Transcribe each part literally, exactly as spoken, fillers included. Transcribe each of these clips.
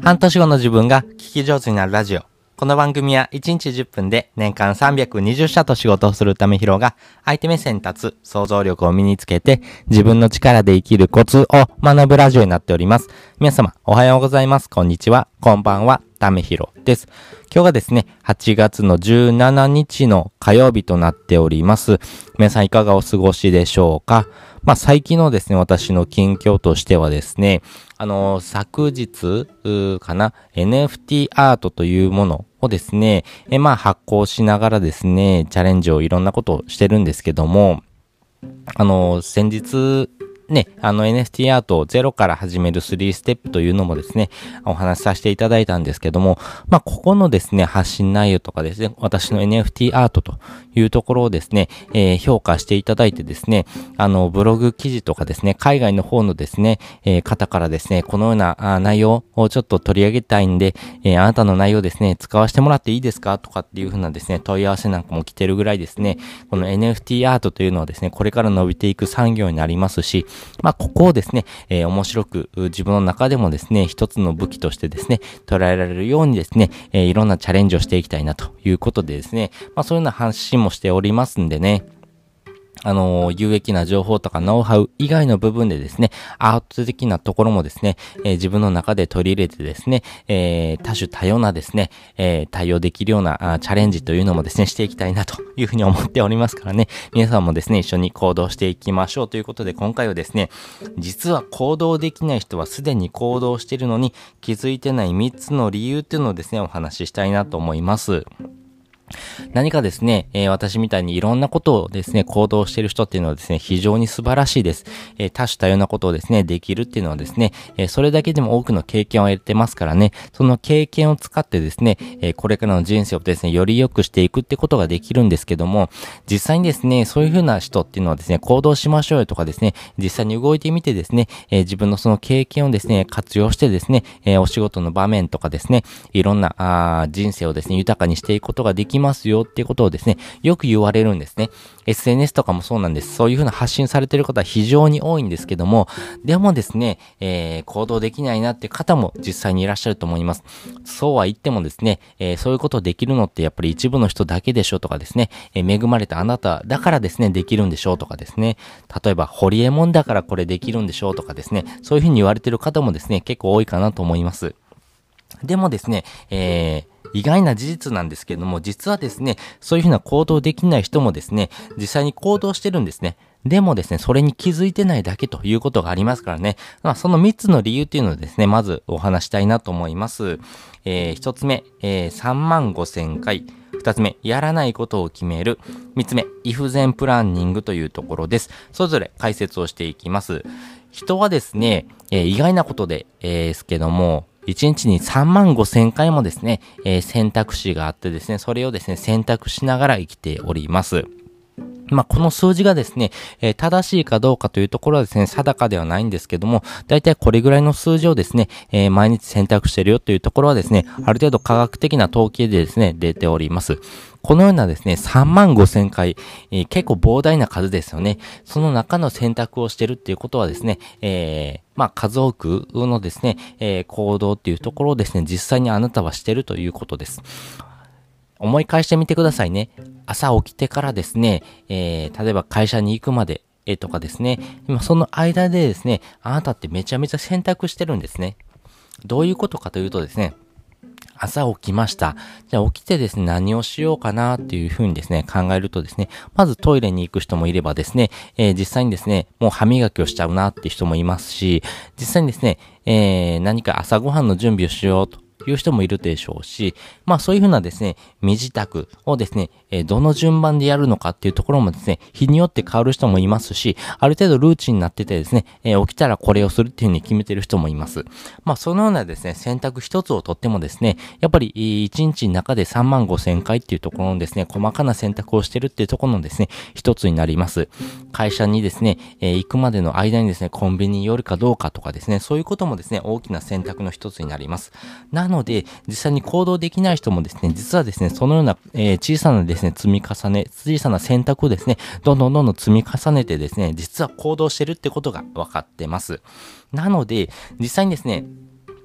半年後の自分が聞き上手になるラジオ。この番組はいちにちじゅっぷんで年間さんびゃくにじゅっしゃと仕事をするためひろが相手目線に立つ想像力を身につけて自分の力で生きるコツを学ぶラジオになっております。皆様おはようございます。こんにちは。こんばんは。ためひろです。今日がですね、はちがつのじゅうしちにちの火曜日となっております。皆さんいかがお過ごしでしょうか。まあ最近のですね、私の近況としてはですね、あのー、昨日かな、エヌエフティー アートというものをですね、えまあ発行しながらですね、チャレンジをいろんなことをしてるんですけども、あのー、先日、ね、あの エヌエフティー アートをゼロから始めるスリーステップというのもですね、お話しさせていただいたんですけども、まあ、ここのですね、発信内容とかですね、私の エヌエフティー アートというところをですね、えー、評価していただいてですね、あの、ブログ記事とかですね、海外の方のですね、えー、方からですね、このようなあ内容をちょっと取り上げたいんで、えー、あなたの内容ですね、使わせてもらっていいですかとかっていうふうなですね、問い合わせなんかも来てるぐらいですね、この エヌエフティー アートというのはですね、これから伸びていく産業になりますし、まあ、ここをですね、えー、面白く自分の中でもですね、一つの武器としてですね、捉えられるようにですね、えー、いろんなチャレンジをしていきたいなということでですね、まあそういうような発信もしておりますんでね、あのー、有益な情報とかノウハウ以外の部分でですね、アート的なところもですね、えー、自分の中で取り入れてですね、えー、多種多様なですね、えー、対応できるようなあチャレンジというのもですね、していきたいなというふうに思っておりますからね、皆さんもですね、一緒に行動していきましょうということで、今回はですね、実は行動できない人はすでに行動しているのに気づいてないみっつの理由っていうのをですね、お話ししたいなと思います。何かですね、えー、私みたいにいろんなことをですね、行動している人っていうのはですね、非常に素晴らしいです。えー、多種多様なことをですね、できるっていうのはですね、えー、それだけでも多くの経験を得てますからね、その経験を使ってですね、えー、これからの人生をですね、より良くしていくってことができるんですけども、実際にですね、そういう風な人っていうのはですね、行動しましょうよとかですね、実際に動いてみてですね、えー、自分のその経験をですね、活用してですね、えー、お仕事の場面とかですね、いろんなあ人生をですね、豊かにしていくことができますよっていうことをですね、よく言われるんですね。エスエヌエス とかもそうなんです。そういう風な発信されている方は非常に多いんですけども、でもですね、えー、行動できないなっていう方も実際にいらっしゃると思います。そうは言ってもですね、えー、そういうことできるのってやっぱり一部の人だけでしょとかですね、えー、恵まれたあなただからですね、できるんでしょうとかですね、例えばホリエモンだからこれできるんでしょうとかですね、そういう風に言われている方もですね、結構多いかなと思います。でもですね、えー、意外な事実なんですけれども、実はですね、そういうふうな行動できない人もですね、実際に行動してるんですね。でもですね、それに気づいてないだけということがありますからね。まあ、そのみっつの理由っていうのをですね、まずお話したいなと思います。えー、ひとつめ、えー、さんまんごせんかい。ふたつめ、やらないことを決める。みっつめ、イフゼンプランニングというところです。それぞれ解説をしていきます。人はですね、えー、意外なことで、えー、ですけども、いちにちにさんまんごせんかいもですね、えー、選択肢があってですね、それをですね、選択しながら生きております。まあ、この数字がですね、えー、正しいかどうかというところはですね、定かではないんですけども、だいたいこれぐらいの数字をですね、えー、毎日選択してるよというところはですね、ある程度科学的な統計でですね、出ております。このようなですね、さんまんごせんかい、えー、結構膨大な数ですよね。その中の選択をしてるっていうことはですね、えー、まあ数多くのですね、えー、行動っていうところをですね、実際にあなたはしてるということです。思い返してみてくださいね。朝起きてからですね、えー、例えば会社に行くまで、えー、とかですね、今その間でですね、あなたってめちゃめちゃ選択してるんですね。どういうことかというとですね、朝起きました。じゃあ起きてですね、何をしようかなっていうふうにですね、考えるとですね、まずトイレに行く人もいればですね、えー、実際にですね、もう歯磨きをしちゃうなっていう人もいますし、実際にですね、えー、何か朝ごはんの準備をしようという人もいるでしょうし、まあそういうふうなですね、身支度をですね、えー、どの順番でやるのかっていうところもですね、日によって変わる人もいますし、ある程度ルーチンになっててですね、えー、起きたらこれをするっていうふうに決めてる人もいます。まあそのようなですね、選択一つをとってもですね、やっぱりいちにちの中でさんまんごせんかいっていうところのですね、細かな選択をしてるっていうところのですね、一つになります。会社にですね、えー、行くまでの間にですね、コンビニに寄るかどうかとかですね、そういうこともですね、大きな選択の一つになります。なので、実際に行動できない人もですね、実はですね、そのような、えー、小さなですね、積み重ね、小さな選択をですね、どんどんどんどん積み重ねてですね、実は行動してるってことが分かってます。なので、実際にですね、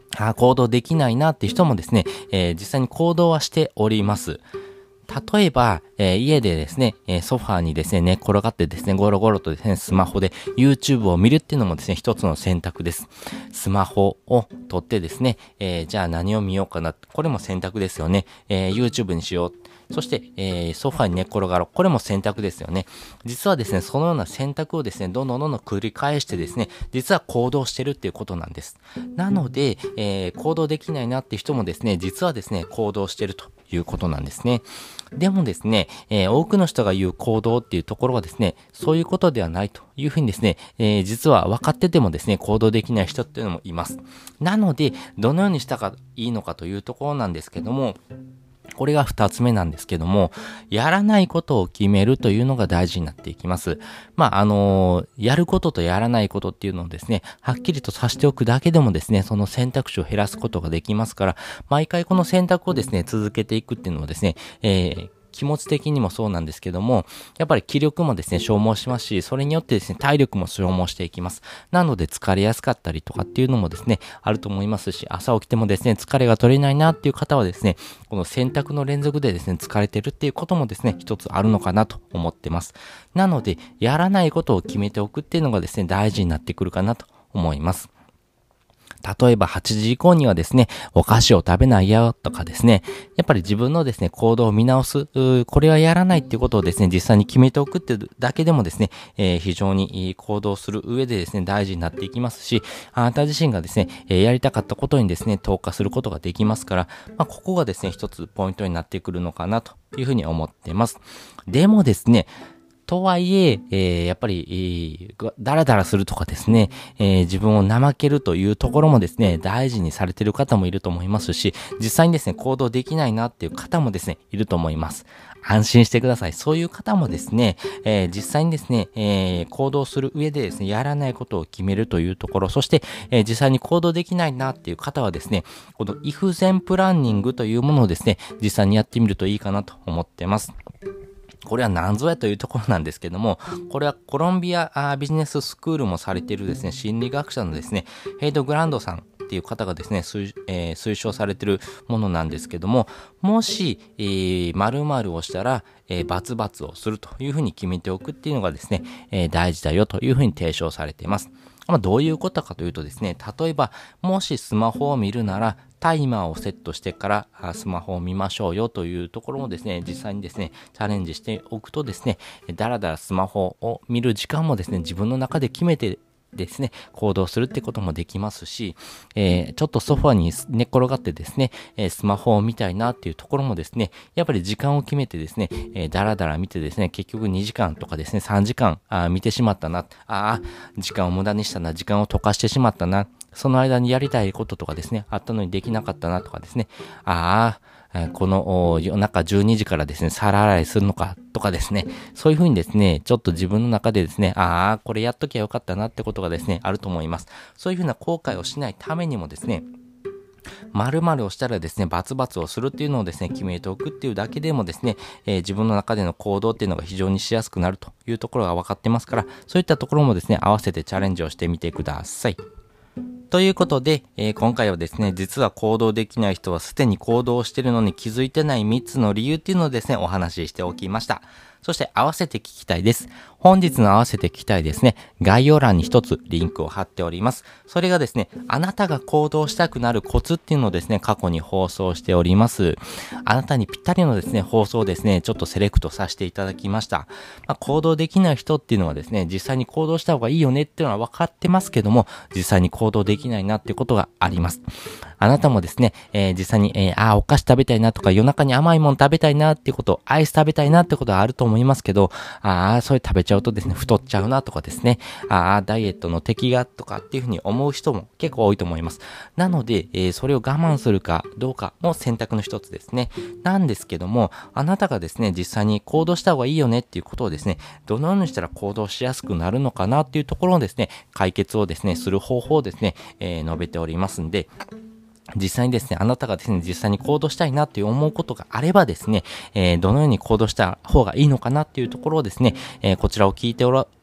あ行動できないなって人もですね、えー、実際に行動はしております。例えば、えー、家でですね、えー、ソファーにですね、寝っ転がってですね、ゴロゴロとですね、スマホで YouTube を見るっていうのもですね、一つの選択です。スマホを取ってですね、えー、じゃあ何を見ようかな。これも選択ですよね。えー、YouTube にしよう。そして、えー、ソファーに寝っ転がろう。これも選択ですよね。実はですね、そのような選択をですね、どんどんどんどん繰り返してですね、実は行動してるっていうことなんです。なので、えー、行動できないなって人もですね、実はですね、行動してるということなんですね。でもですね、えー、多くの人が言う行動っていうところはですね、そういうことではないというふうにですね、えー、実は分かっててもですね、行動できない人っていうのもいます。なので、どのようにしたらいいのかというところなんですけども、これが二つ目なんですけども、やらないことを決めるというのが大事になっていきます。まあ、あのー、やることとやらないことっていうのをですね、はっきりとさせておくだけでもですね、その選択肢を減らすことができますから、毎回この選択をですね、続けていくっていうのはですね、えー気持ち的にもそうなんですけども、やっぱり気力もですね、消耗しますし、それによってですね、体力も消耗していきます。なので疲れやすかったりとかっていうのもですね、あると思いますし、朝起きてもですね、疲れが取れないなっていう方はですね、この選択の連続でですね、疲れてるっていうこともですね、一つあるのかなと思ってます。なので、やらないことを決めておくっていうのがですね、大事になってくるかなと思います。例えばはちじ以降にはですね、お菓子を食べないよとかですね、やっぱり自分のですね、行動を見直す、これはやらないっていうことをですね、実際に決めておくっていうだけでもですね、えー、非常に行動する上でですね、大事になっていきますし、あなた自身がですね、えー、やりたかったことにですね、投下することができますから、まあ、ここがですね、一つポイントになってくるのかなというふうに思っています。でもですね、とはいえ、えー、やっぱり、えー、だらだらするとかですね、えー、自分を怠けるというところもですね、大事にされている方もいると思いますし、実際にですね、行動できないなっていう方もですね、いると思います。安心してください。そういう方もですね、えー、実際にですね、えー、行動する上でですね、やらないことを決めるというところ、そして、えー、実際に行動できないなっていう方はですね、このイフゼンプランニングというものをですね、実際にやってみるといいかなと思ってます。これは何ぞやというところなんですけども、これはコロンビアビジネススクールもされているですね、心理学者のですね、ヘイド・グランドさんっていう方がですね、推、えー、推奨されているものなんですけども、もし、えー、〇〇をしたら、えー、××をするというふうに決めておくっていうのがですね、えー、大事だよというふうに提唱されています。まあ、どういうことかというとですね、例えば、もしスマホを見るなら、タイマーをセットしてからスマホを見ましょうよというところもですね、実際にですね、チャレンジしておくとですね、だらだらスマホを見る時間もですね、自分の中で決めてですね、行動するってこともできますし、えー、ちょっとソファに寝っ転がってですね、えー、スマホを見たいなっていうところもですね、やっぱり時間を決めてですね、えー、だらだら見てですね、結局にじかんとかですね、さんじかんあ見てしまったな、ああ、時間を無駄にしたな、時間を溶かしてしまったな、その間にやりたいこととかですね、あったのにできなかったなとかですね、ああ、この夜中じゅうにじからですね、皿洗いするのかとかですね、そういうふうにですね、ちょっと自分の中でですね、ああ、これやっときゃよかったなってことがですね、あると思います。そういうふうな後悔をしないためにもですね、〇〇をしたらですね、バツバツをするっていうのをですね、決めておくっていうだけでもですね、えー、自分の中での行動っていうのが非常にしやすくなるというところが分かってますから、そういったところもですね、合わせてチャレンジをしてみてください。ということで、えー、今回はですね、実は行動できない人はすでに行動しているのに気づいてないみっつの理由っていうのをですね、お話ししておきました。そして合わせて聞きたいです。本日の合わせて聞きたいですね、概要欄に一つリンクを貼っております。それがですね、あなたが行動したくなるコツっていうのをですね、過去に放送しております。あなたにぴったりのですね、放送をですね、ちょっとセレクトさせていただきました。まあ、行動できない人っていうのはですね、実際に行動した方がいいよねっていうのは分かってますけども、実際に行動できないなっていうことがあります。あなたもですね、えー、実際に、えー、ああ、お菓子食べたいなとか、夜中に甘いもの食べたいなっていうこと、アイス食べたいなってことはあると思いますけど、ああ、それ食べちゃうとですね、太っちゃうなとかですね、ああ、ダイエットの敵がとかっていうふうに思う人も結構多いと思います。なので、えー、それを我慢するかどうかも選択の一つですね。なんですけども、あなたがですね、実際に行動した方がいいよねっていうことをですね、どのようにしたら行動しやすくなるのかなっていうところをですね、解決をですね、する方法をですね、えー、述べておりますんで、実際にですね、あなたがですね、実際に行動したいなっていう思うことがあればですね、えー、どのように行動した方がいいのかなっていうところをですね、えー、こちらを聞いておら、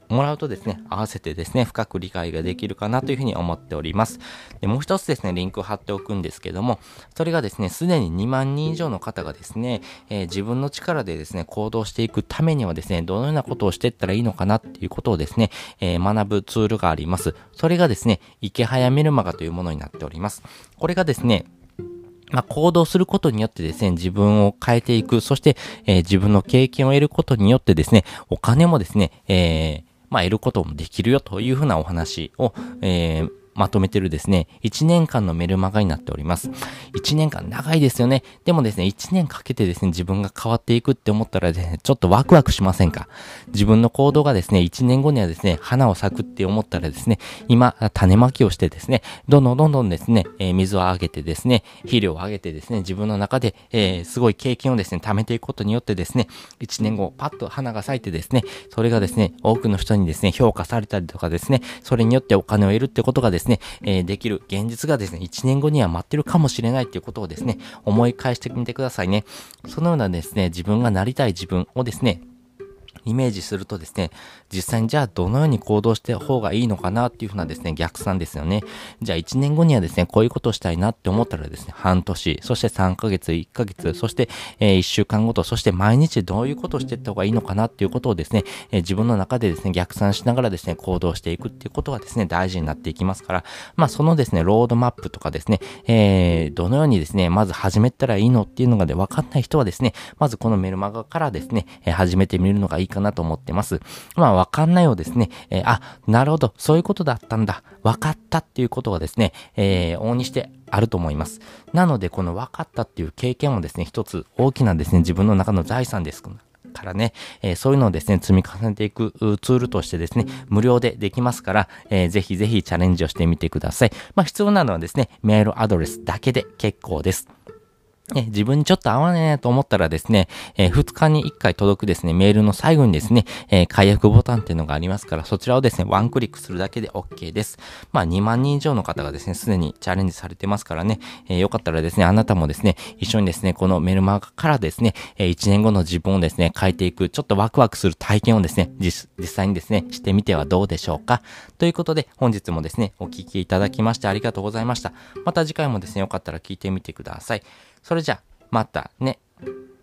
もらうとですね、合わせてですね、深く理解ができるかなというふうに思っております。で、もう一つですね、リンクを貼っておくんですけども、それがですね、すでににまんにん以上の方がですね、えー、自分の力でですね、行動していくためにはですね、どのようなことをしていったらいいのかなっていうことをですね、えー、学ぶツールがあります。それがですね、池早メルマガというものになっております。これがですね、まあ、行動することによってですね、自分を変えていく、そして、えー、自分の経験を得ることによってですね、お金もですね、えー、まあ、得ることもできるよというふうなお話を、えー、まとめてるですね、いちねんかんのメルマガになっております。いちねんかん長いですよね。でもですね、いちねんかけてですね、自分が変わっていくって思ったらですね、ちょっとワクワクしませんか？自分の行動がですね、いちねんごにはですね、花を咲くって思ったらですね、今、種まきをしてですね、どんどんどんどんですね、えー、水をあげてですね、肥料をあげてですね、自分の中で、えー、すごい経験をですね、貯めていくことによってですね、いちねんご、パッと花が咲いてですね、それがですね、多くの人にですね、評価されたりとかですね、それによってお金を得るってことがですね、えー、できる現実がですね、いちねんごには待ってるかもしれないっていうことをですね、思い返してみてくださいね。そのようなですね、自分がなりたい自分をですね、イメージするとですね、実際にじゃあどのように行動して方がいいのかなっていうふうなですね、逆算ですよね。じゃあいちねんごにはですね、こういうことをしたいなって思ったらですね、半年、そしてさんかげつ、いっかげつ、そして、えー、いっしゅうかんごと、そして毎日どういうことをしていった方がいいのかなっていうことをですね、えー、自分の中でですね、逆算しながらですね、行動していくっていうことがですね、大事になっていきますから、まあそのですね、ロードマップとかですね、えー、どのようにですね、まず始めたらいいのっていうのがで分かんない人はですね、まずこのメルマガからですね、えー、始めてみるのがいいかなと思ってます。まあ、わかんないをですね、えー、あ、なるほど、そういうことだったんだ、わかったっていうことはですね、えー、往々にしてあると思います。なので、このわかったっていう経験をですね、一つ大きなですね、自分の中の財産ですからね、えー、そういうのをですね、積み重ねていくツールとしてですね、無料でできますから、えー、ぜひぜひチャレンジをしてみてください。まあ、必要なのはですね、メールアドレスだけで結構です。え自分にちょっと合わねえと思ったらですね、えー、ふつかにいっかい届くですね、メールの最後にですね、えー、解約ボタンっていうのがありますから、そちらをですね、ワンクリックするだけで OK です。まあ、にまんにん以上の方がですね、すでにチャレンジされてますからね、えー、よかったらですね、あなたもですね、一緒にですね、このメルマガからですね、えー、いちねんごの自分をですね、変えていく、ちょっとワクワクする体験をですね、実、実際にですね、してみてはどうでしょうか。ということで、本日もですね、お聞きいただきましてありがとうございました。また次回もですね、よかったら聞いてみてください。それじゃあ、またね。